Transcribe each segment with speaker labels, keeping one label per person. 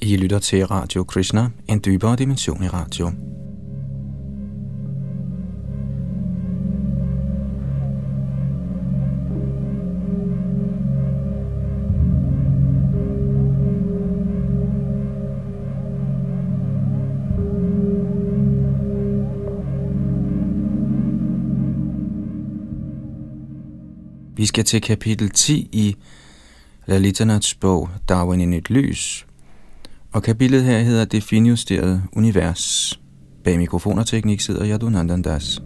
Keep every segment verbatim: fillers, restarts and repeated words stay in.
Speaker 1: I lytter til Radio Krishna, en dybere dimension i radio. Vi skal til kapitel ti i Lalitanats bog Darwin i nyt lys, og kapitlet her hedder Det finjusterede univers. Bag mikrofon og teknik sidder Yadunandan Das.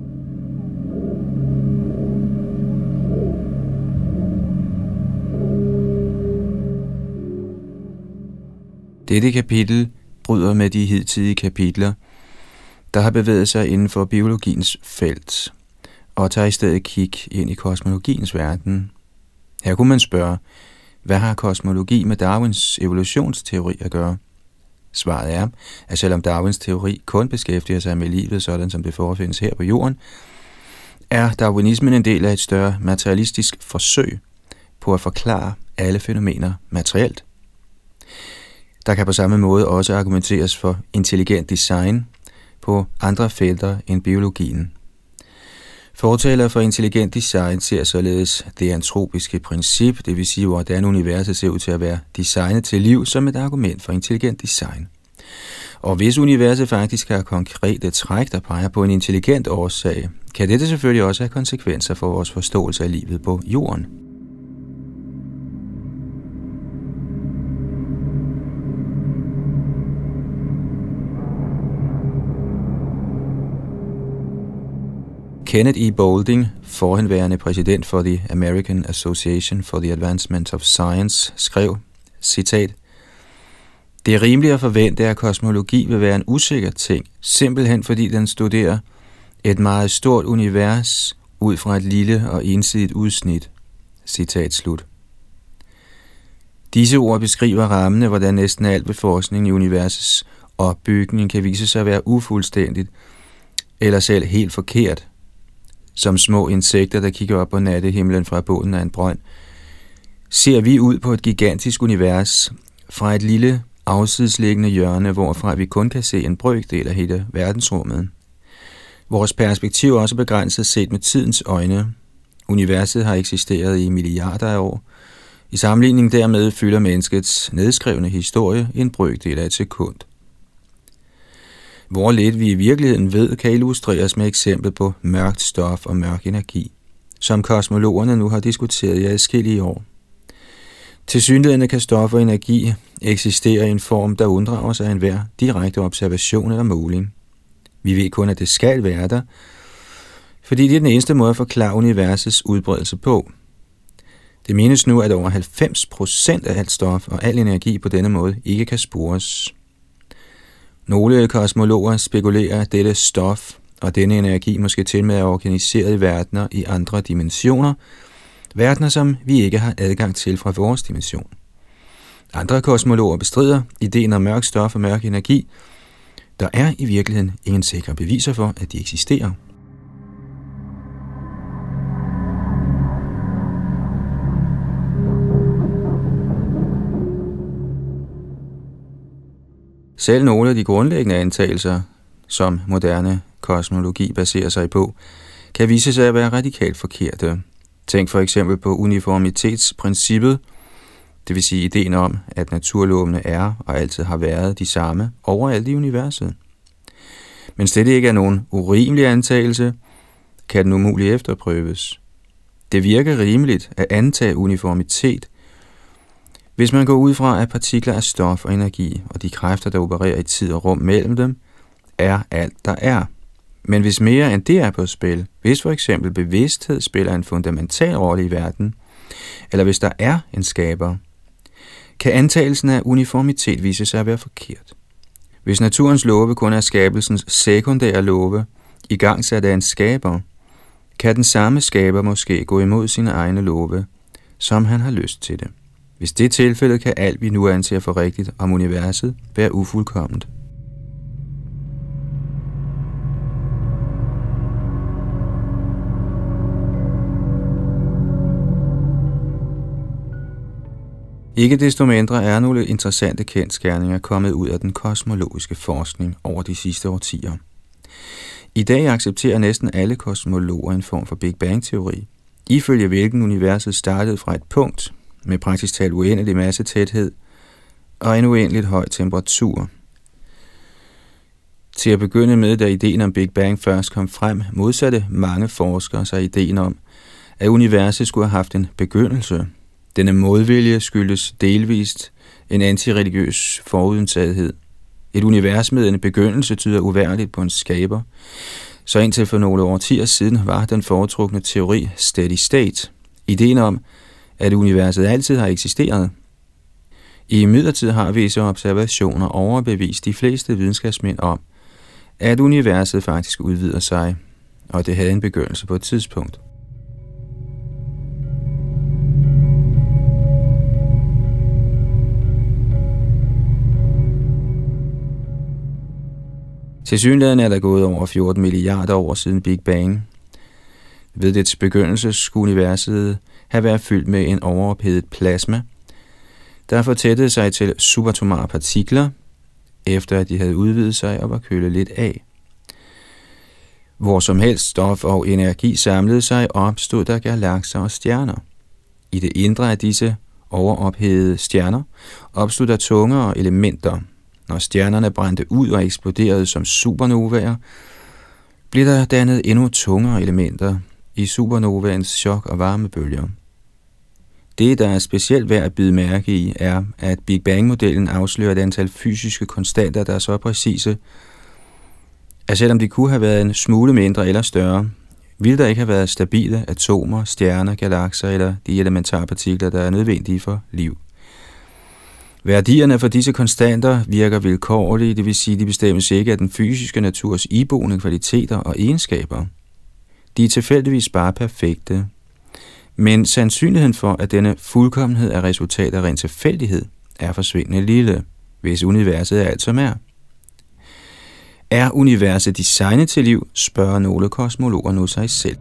Speaker 1: Dette kapitel bryder med de hidtidige kapitler, der har bevæget sig inden for biologiens felt, og tager i stedet kig ind i kosmologiens verden. Her kunne man spørge, hvad har kosmologi med Darwins evolutionsteori at gøre? Svaret er, at selvom Darwins teori kun beskæftiger sig med livet, sådan som det forefindes her på jorden, er darwinismen en del af et større materialistisk forsøg på at forklare alle fænomener materielt. Der kan på samme måde også argumenteres for intelligent design på andre felter end biologien. Fortalere for intelligent design ser således det antropiske princip, det vil sige, hvordan universet ser ud til at være designet til liv, som et argument for intelligent design. Og hvis universet faktisk har konkrete træk, der peger på en intelligent årsag, kan dette selvfølgelig også have konsekvenser for vores forståelse af livet på jorden. Kenneth E. Boulding, forhenværende præsident for The American Association for the Advancement of Science, skrev, citat, "Det er rimeligt at forvente, at kosmologi vil være en usikker ting, simpelthen fordi den studerer et meget stort univers ud fra et lille og ensidigt udsnit." Citat slut. Disse ord beskriver rammene, hvordan næsten alt ved forskning i universets opbygning kan vise sig at være ufuldstændigt, eller selv helt forkert. Som små insekter, der kigger op på nattehimlen fra bunden af en brønd, ser vi ud på et gigantisk univers fra et lille afsidesliggende hjørne, hvorfra vi kun kan se en brøkdel af hele verdensrummet. Vores perspektiv er også begrænset set med tidens øjne. Universet har eksisteret i milliarder af år. I sammenligning dermed fylder menneskets nedskrevne historie en brøkdel af et sekund. Hvor lidt vi i virkeligheden ved, kan illustreres med eksempel på mørkt stof og mørk energi, som kosmologerne nu har diskuteret i adskillige år. Tilsyneladende kan stof og energi eksistere i en form, der unddrager sig enhver direkte observation eller måling. Vi ved kun, at det skal være der, fordi det er den eneste måde at forklare universets udbredelse på. Det menes nu, at over halvfems procent af alt stof og al energi på denne måde ikke kan spores. Nogle kosmologer spekulerer, at dette stof og denne energi måske til med er organiseret i verdener i andre dimensioner, verdener som vi ikke har adgang til fra vores dimension. Andre kosmologer bestrider ideen om mørk stof og mørk energi. Der er i virkeligheden ingen sikre beviser for, at de eksisterer. Selv nogle af de grundlæggende antagelser, som moderne kosmologi baserer sig på, kan vise sig at være radikalt forkerte. Tænk for eksempel på uniformitetsprincippet, det vil sige ideen om, at naturlovene er og altid har været de samme overalt i universet. Men det ikke er nogen urimelig antagelse, kan den umuligt efterprøves. Det virker rimeligt at antage uniformitet, hvis man går ud fra, at partikler er stof og energi, og de kræfter, der opererer i tid og rum mellem dem, er alt, der er. Men hvis mere end det er på spil, hvis for eksempel bevidsthed spiller en fundamental rolle i verden, eller hvis der er en skaber, kan antagelsen af uniformitet vise sig at være forkert. Hvis naturens love kun er skabelsens sekundære love, igangsat af en skaber, kan den samme skaber måske gå imod sine egne love, som han har lyst til det. Hvis det er tilfældet, kan alt, vi nu anser for rigtigt om universet, være ufuldkomment. Ikke desto mindre er nogle interessante kendsgerninger kommet ud af den kosmologiske forskning over de sidste årtier. I dag accepterer næsten alle kosmologer en form for Big Bang-teori, ifølge hvilken universet startede fra et punkt med praktisk talt uendelig massetæthed og en uendeligt høj temperatur. Til at begynde med, da ideen om Big Bang først kom frem, modsatte mange forskere sig ideen om, at universet skulle have haft en begyndelse. Denne modvilje skyldes delvist en antireligiøs forudindtagethed. Et univers med en begyndelse tyder uværligt på en skaber, så indtil for nogle årtier siden var den foretrukne teori steady state, ideen om, at universet altid har eksisteret. I imidlertid har visse observationer overbevist de fleste videnskabsmænd om, at universet faktisk udvider sig, og det havde en begyndelse på et tidspunkt. Tilsyneladende er der gået over fjorten milliarder år siden Big Bang. Ved dets begyndelse skulle universet have været fyldt med en overophedet plasma, der fortættede sig til subatomare partikler, efter at de havde udvidet sig og var kølet lidt af. Hvor som helst stof og energi samlede sig, opstod der galakser og stjerner. I det indre af disse overophedede stjerner opstod der tungere elementer. Når stjernerne brændte ud og eksploderede som supernovaer, blev der dannet endnu tungere elementer i supernovaens chok- og varmebølger. Det, der er specielt værd at bide mærke i, er, at Big Bang-modellen afslører et antal fysiske konstanter, der er så præcise, at selvom de kunne have været en smule mindre eller større, ville der ikke have været stabile atomer, stjerner, galakser eller de elementarpartikler, der er nødvendige for liv. Værdierne for disse konstanter virker vilkårlige, det vil sige, de bestemmes ikke af den fysiske naturs iboende kvaliteter og egenskaber. De er tilfældigvis bare perfekte. Men sandsynligheden for, at denne fuldkommenhed er resultat af ren tilfældighed, er forsvindende lille, hvis universet er alt som er. Er universet designet til liv, spørger nogle kosmologer nu sig selv.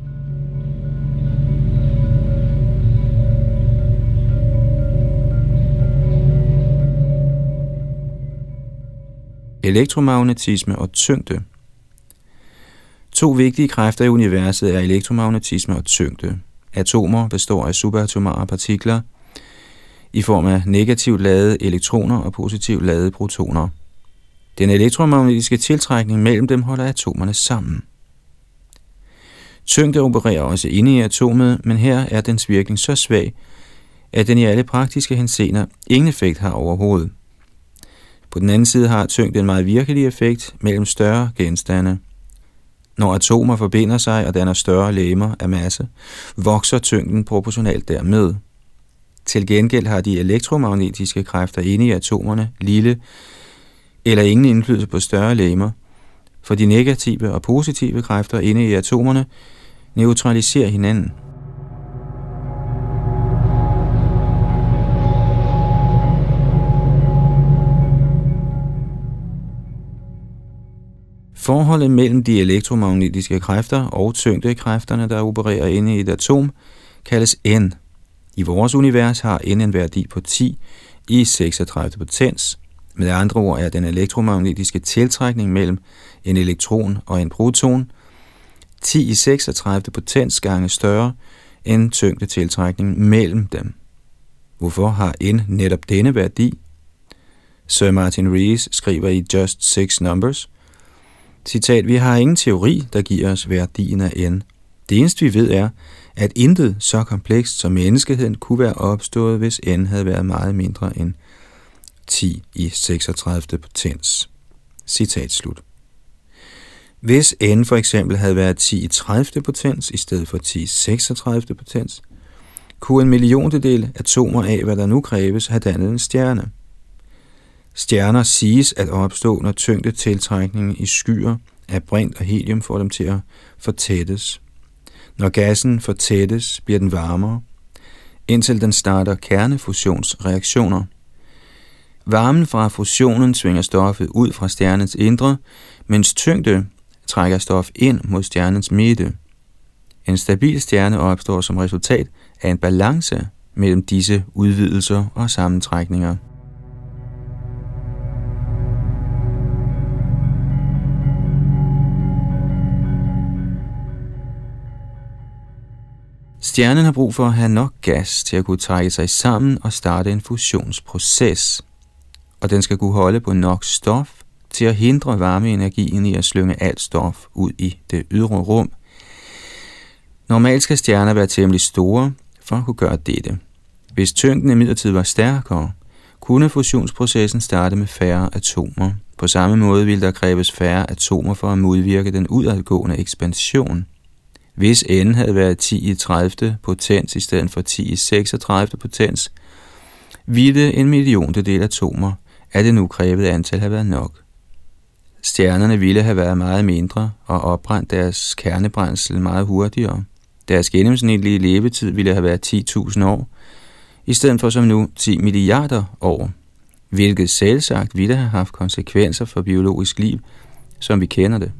Speaker 1: Elektromagnetisme og tyngde. To vigtige kræfter i universet er elektromagnetisme og tyngde. Atomer består af subatomare partikler i form af negativt ladede elektroner og positivt ladede protoner. Den elektromagnetiske tiltrækning mellem dem holder atomerne sammen. Tyngde opererer også inde i atomet, men her er dens virkning så svag, at den i alle praktiske henseender ingen effekt har overhovedet. På den anden side har tyngde en meget virkelig effekt mellem større genstande. Når atomer forbinder sig og danner større legemer af masse, vokser tyngden proportionalt dermed. Til gengæld har de elektromagnetiske kræfter inde i atomerne lille eller ingen indflydelse på større legemer, for de negative og positive kræfter inde i atomerne neutraliserer hinanden. Forholdet mellem de elektromagnetiske kræfter og tyngdekræfterne, der opererer inde i et atom, kaldes N. I vores univers har N en værdi på ti i seksogtredive potens. Med andre ord er den elektromagnetiske tiltrækning mellem en elektron og en proton ti i seksogtredive potens gange større end tyngdetiltrækningen mellem dem. Hvorfor har N netop denne værdi? Sir Martin Rees skriver i Just Six Numbers, citat, vi har ingen teori, der giver os værdien af N. Det eneste vi ved er, at intet så komplekst som menneskeheden kunne være opstået, hvis N havde været meget mindre end ti i seksogtredive potens. Citat slut. Hvis N for eksempel havde været ti i tredive potens i stedet for ti i seksogtredive potens, kunne en milliontedel atomer af, hvad der nu kræves, have dannet en stjerne. Stjerner siges at opstå, når tyngdetiltrækningen i skyer af brint og helium får dem til at fortættes. Når gassen fortættes, bliver den varmere, indtil den starter kernefusionsreaktioner. Varmen fra fusionen svinger stoffet ud fra stjernens indre, mens tyngde trækker stof ind mod stjernens midte. En stabil stjerne opstår som resultat af en balance mellem disse udvidelser og sammentrækninger. Stjernen har brug for at have nok gas til at kunne trække sig sammen og starte en fusionsproces, og den skal kunne holde på nok stof til at hindre varmeenergien i at slynge alt stof ud i det ydre rum. Normalt skal stjerner være temmelig store for at kunne gøre dette. Hvis tyngden imidlertid var stærkere, kunne fusionsprocessen starte med færre atomer. På samme måde ville der kræves færre atomer for at modvirke den udadgående ekspansion. Hvis n havde været ti i tredivte potens i stedet for ti i seksogtredive potens, ville en milliontedel atomer af det nu krævede antal have været nok. Stjernerne ville have været meget mindre og opbrændt deres kernebrændsel meget hurtigere. Deres gennemsnitlige levetid ville have været ti tusind år, i stedet for som nu ti milliarder år, hvilket selvsagt ville have haft konsekvenser for biologisk liv, som vi kender det.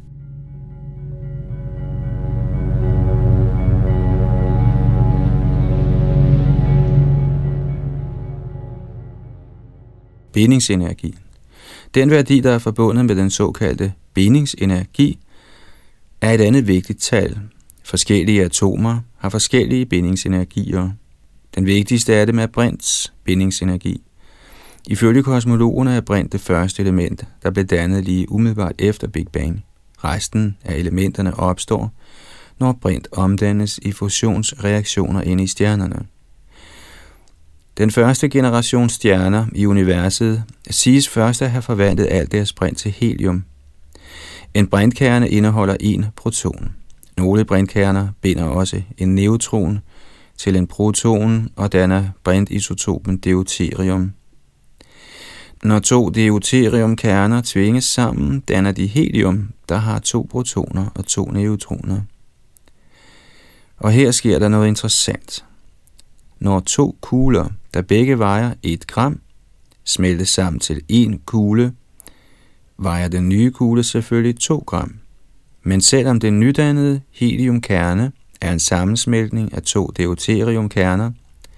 Speaker 1: Bindingsenergi. Den værdi, der er forbundet med den såkaldte bindingsenergi, er et andet vigtigt tal. Forskellige atomer har forskellige bindingsenergier. Den vigtigste er det med brints bindingsenergi. Ifølge kosmologerne er brint det første element, der blev dannet lige umiddelbart efter Big Bang. Resten af elementerne opstår, når brint omdannes i fusionsreaktioner inde i stjernerne. Den første generation stjerner i universet siges først at have forvandlet alt deres brint til helium. En brintkerne indeholder en proton. Nogle brintkerner binder også en neutron til en proton og danner brintisotopen deuterium. Når to deuteriumkerner tvinges sammen, danner de helium, der har to protoner og to neutroner. Og her sker der noget interessant. Når to kugler, der begge vejer et gram, smeltes sammen til en kugle, vejer den nye kugle selvfølgelig to gram. Men selvom den nydannede heliumkerne er en sammensmeltning af to deuteriumkerner,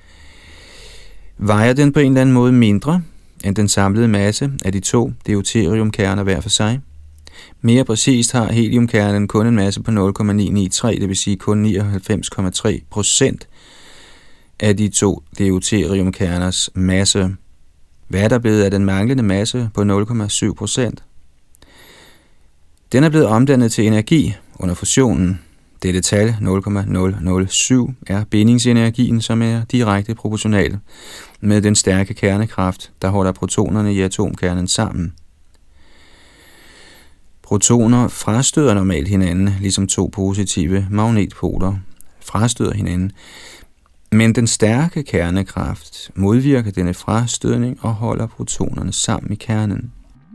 Speaker 1: vejer den på en eller anden måde mindre end den samlede masse af de to deuteriumkerner hver for sig. Mere præcist har heliumkernen kun en masse på nul komma ni ni tre, det vil sige kun nioghalvfems komma tre procent af de to deuteriumkerners masse. Hvad er der blevet af den manglende masse på nul komma syv procent? Den er blevet omdannet til energi under fusionen. Dette tal, nul komma nul nul syv, er bindingsenergien, som er direkte proportional med den stærke kernekraft, der holder protonerne i atomkernen sammen. Protoner frastøder normalt hinanden, ligesom to positive magnetpoler frastøder hinanden, men den stærke kernekraft modvirker denne frastødning og holder protonerne sammen i kernen.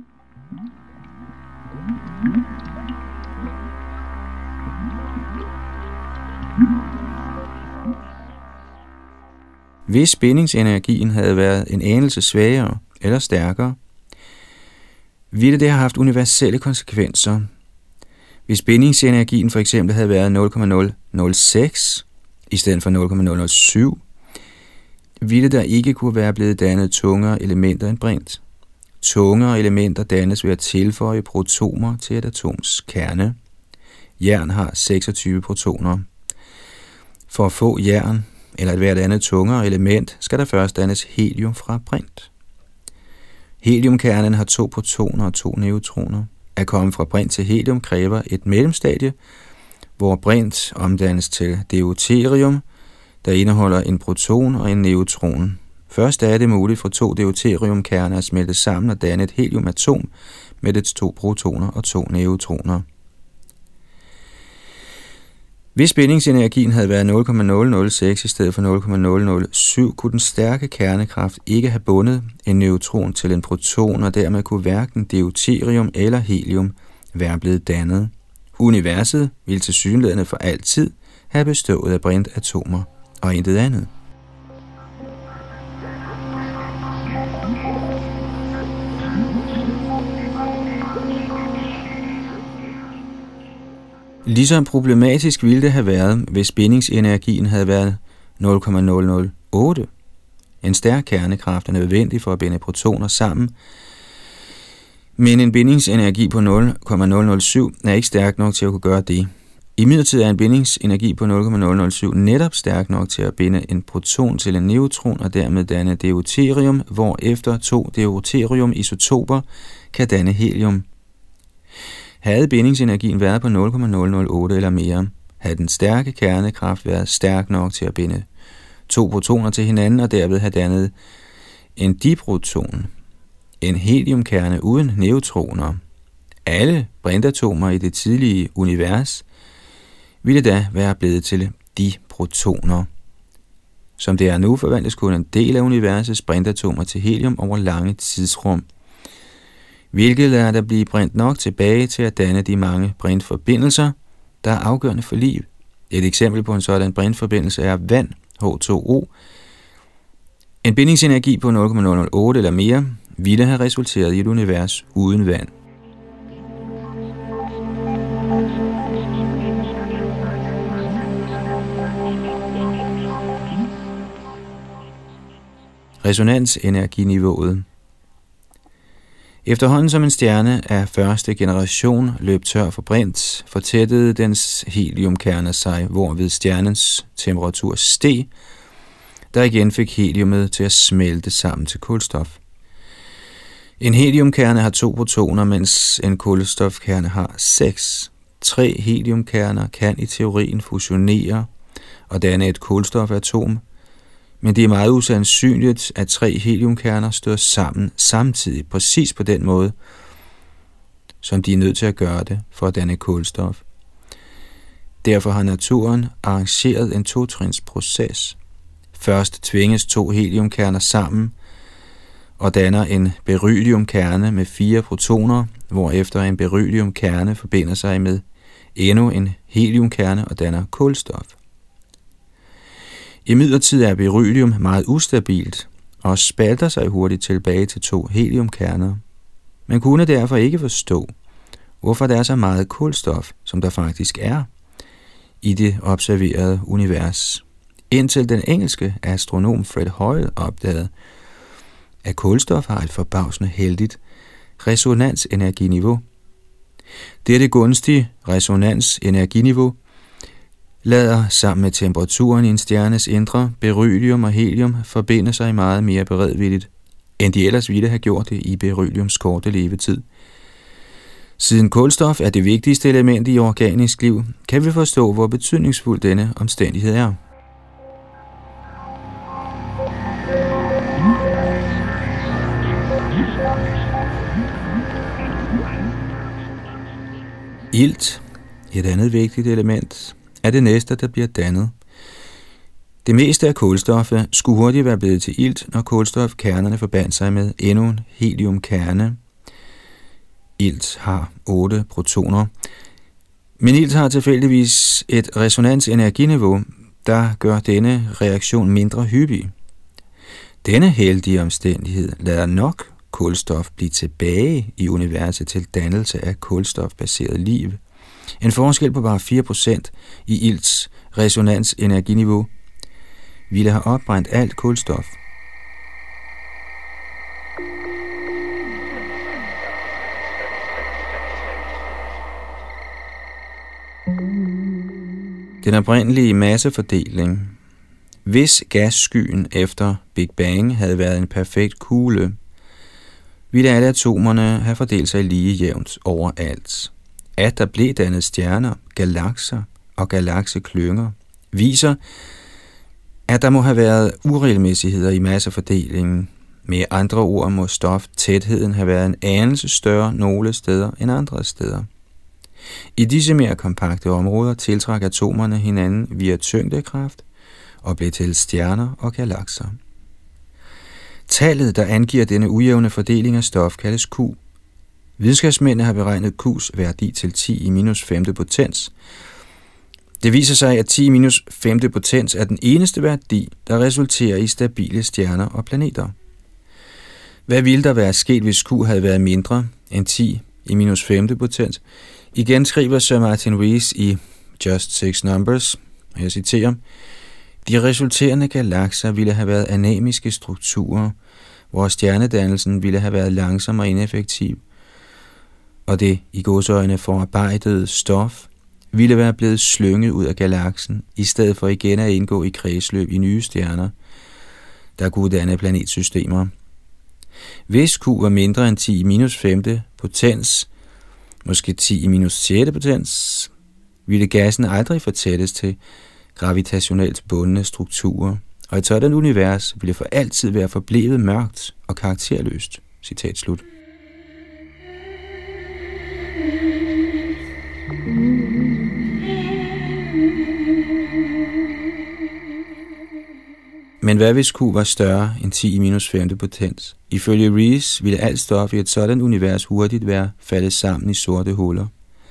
Speaker 1: Hvis bindingsenergien havde været en anelse svagere eller stærkere, ville det have haft universelle konsekvenser. Hvis bindingsenergien for eksempel havde været nul komma nul nul seks i stedet for nul komma nul nul syv, ville der ikke kunne være blevet dannet tungere elementer end brint. Tungere elementer dannes ved at tilføje protoner til et atoms kerne. Jern har seksogtyve protoner. For at få jern eller et hvert andet tungere element, skal der først dannes helium fra brint. Heliumkernen har to protoner og to neutroner. At komme fra brint til helium kræver et mellemstadie, hvor brint omdannes til deuterium, der indeholder en proton og en neutron. Først er det muligt for to deuteriumkerner at smelte sammen og danne et heliumatom med dets to protoner og to neutroner. Hvis bindingsenergien havde været nul komma nul nul seks i stedet for nul komma nul nul syv, kunne den stærke kernekraft ikke have bundet en neutron til en proton, og dermed kunne hverken deuterium eller helium være blevet dannet. Universet ville tilsyneladende for altid have bestået af brintatomer og intet andet. Ligeså problematisk ville det have været, hvis bindingsenergien havde været nul komma nul nul otte. En stærk kernekraft er nødvendig for at binde protoner sammen, men en bindingsenergi på nul komma nul nul syv er ikke stærk nok til at kunne gøre det. Imidlertid er en bindingsenergi på nul komma nul nul syv netop stærk nok til at binde en proton til en neutron og dermed danne deuterium, hvorefter to deuterium-isotoper kan danne helium. Havde bindingsenergien været på nul komma nul nul otte eller mere, havde den stærke kernekraft været stærk nok til at binde to protoner til hinanden og derved have dannet en diproton, en heliumkerne uden neutroner. Alle brintatomer i det tidlige univers ville da være blevet til diprotoner. Som det er nu, forvandles kun en del af universets brintatomer til helium over lange tidsrum, hvilket lader der blive brint nok tilbage til at danne de mange brintforbindelser, der er afgørende for liv. Et eksempel på en sådan brintforbindelse er vand, H to O. En bindingsenergi på nul komma nul nul otte eller mere ville have resulteret i et univers uden vand. Resonansenerginiveauet. Efterhånden som en stjerne af første generation løb tør for brint, fortættede dens heliumkerner sig, hvorved stjernens temperatur steg, der igen fik heliumet til at smelte sammen til kulstof. En heliumkerne har to protoner, mens en kulstofkerne har seks. Tre heliumkerner kan i teorien fusionere og danne et kulstofatom, men det er meget usandsynligt, at tre heliumkerner støder sammen samtidig, præcis på den måde, som de er nødt til at gøre det for at danne kulstof. Derfor har naturen arrangeret en totrinsproces. Først tvinges to heliumkerner sammen og danner en berylliumkerne med fire protoner, hvorefter en berylliumkerne forbinder sig med endnu en heliumkerne og danner kulstof. Imidlertid er beryllium meget ustabilt og spalter sig hurtigt tilbage til to heliumkerner. Man kunne derfor ikke forstå, hvorfor der er så meget kulstof, som der faktisk er i det observerede univers, indtil den engelske astronom Fred Hoyle opdagede, at kulstof har et forbavsende heldigt resonansenerginiveau. Dette gunstige resonansenerginiveau lader sammen med temperaturen i en stjernes indre, beryllium og helium forbinde sig meget mere beredvilligt, end de ellers ville have gjort det i berylliums korte levetid. Siden kulstof er det vigtigste element i organisk liv, kan vi forstå, hvor betydningsfuld denne omstændighed er. Ilt, et andet vigtigt element, er det næste, der bliver dannet. Det meste af kulstoffet skulle hurtigt være blevet til ilt, når kulstofkernerne forbandt sig med endnu en heliumkerne. Ilt har otte protoner, men ilt har tilfældigvis et resonansenerginiveau, der gør denne reaktion mindre hyppig. Denne heldige omstændighed lader nok kulstof blive tilbage i universet til dannelse af kulstofbaseret liv. En forskel på bare fire procent i ilts resonansenerginiveau ville have opbrændt alt kulstof. Den oprindelige massefordeling. Hvis gasskyen efter Big Bang havde været en perfekt kugle, ville alle atomerne have fordelt sig lige jævnt overalt. At der blev dannet stjerner, galakser og galakseklynger, viser, at der må have været uregelmæssigheder i massefordelingen. Med andre ord må stoftætheden have været en anelse større nogle steder end andre steder. I disse mere kompakte områder tiltrak atomerne hinanden via tyngdekraft og blev til stjerner og galakser. Tallet, der angiver denne ujævne fordeling af stof, kaldes Q. Videnskabsmændene har beregnet Q's værdi til ti i minus femte potens. Det viser sig, at ti i minus femte potens er den eneste værdi, der resulterer i stabile stjerner og planeter. Hvad ville der være sket, hvis Q havde været mindre end ti i minus femte potens? Igen skriver Sir Martin Rees i Just Six Numbers, og jeg citerer: De resulterende galakser ville have været anemiske strukturer, hvor stjernedannelsen ville have været langsom og ineffektiv, og det i gåseøjne forarbejdede stof ville være blevet slynget ud af galaksen, i stedet for igen at indgå i kredsløb i nye stjerner, der kunne danne planetsystemer. Hvis Q var mindre end ti i minus femte potens, måske ti i minus sjette potens, ville gassen aldrig fortættes til gravitationelt bundne strukturer, og et sådan univers ville for altid være forblevet mørkt og karakterløst. Citat slut. Men hvad hvis Q var større end ti i minus femte potens? Ifølge Rees ville alt stof i et sådan univers hurtigt være faldet sammen i sorte huller.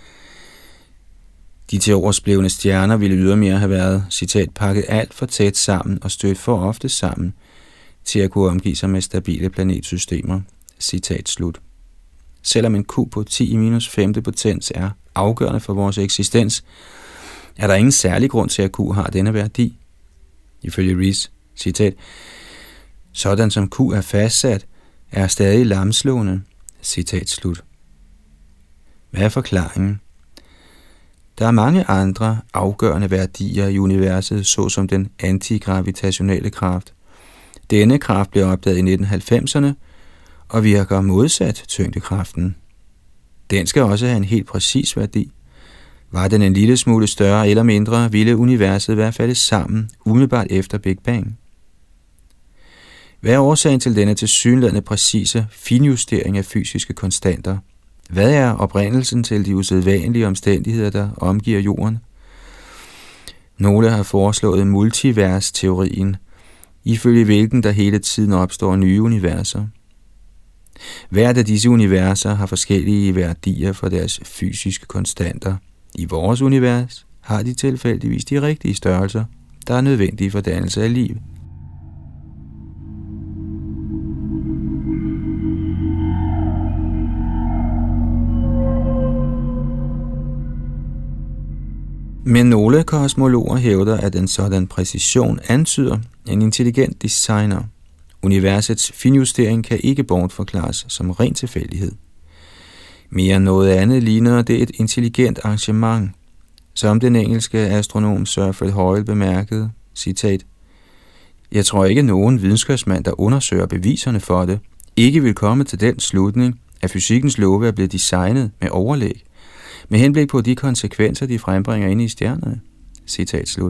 Speaker 1: De til oversblevne stjerner ville ydermere have været, citat, pakket alt for tæt sammen og stødt for ofte sammen til at kunne omgive sig med stabile planetsystemer. Citat slut. Selvom en Q på ti i minus femte potens er afgørende for vores eksistens, er der ingen særlig grund til, at Q har denne værdi. Ifølge Rees, citat, sådan som Q er fastsat, er stadig lamslående. Citat slut. Hvad er forklaringen? Der er mange andre afgørende værdier i universet, såsom den antigravitationelle kraft. Denne kraft blev opdaget i nitten halvfemserne og virker modsat tyngdekraften. Den skal også have en helt præcis værdi. Var den en lille smule større eller mindre, ville universet være faldet sammen umiddelbart efter Big Bang. Hvad er årsagen til denne tilsyneladende præcise finjustering af fysiske konstanter? Hvad er oprindelsen til de usædvanlige omstændigheder, der omgiver jorden? Nogle har foreslået multivers-teorien, ifølge hvilken der hele tiden opstår nye universer. Hvert af disse universer har forskellige værdier for deres fysiske konstanter. I vores univers har de tilfældigvis de rigtige størrelser, der er nødvendige for dannelse af liv. Men nogle kosmologer hævder, at en sådan præcision antyder en intelligent designer. Universets finjustering kan ikke bortforklares som ren tilfældighed. Mere end noget andet ligner det et intelligent arrangement, som den engelske astronom Sir Fred Hoyle bemærkede, citat, jeg tror ikke nogen videnskabsmand, der undersøger beviserne for det, ikke vil komme til den slutning, at fysikkens love er blevet designet med overlæg, med henblik på de konsekvenser, de frembringer inde i stjernerne. Citat slut.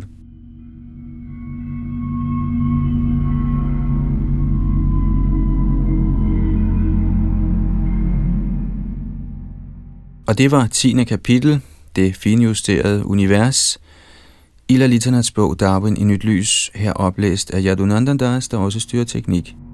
Speaker 1: Og det var tiende kapitel, det finjusterede univers, i Lalitanats bog Darwin i nyt lys, her oplæst af Yadunandandas, der også styrer teknik.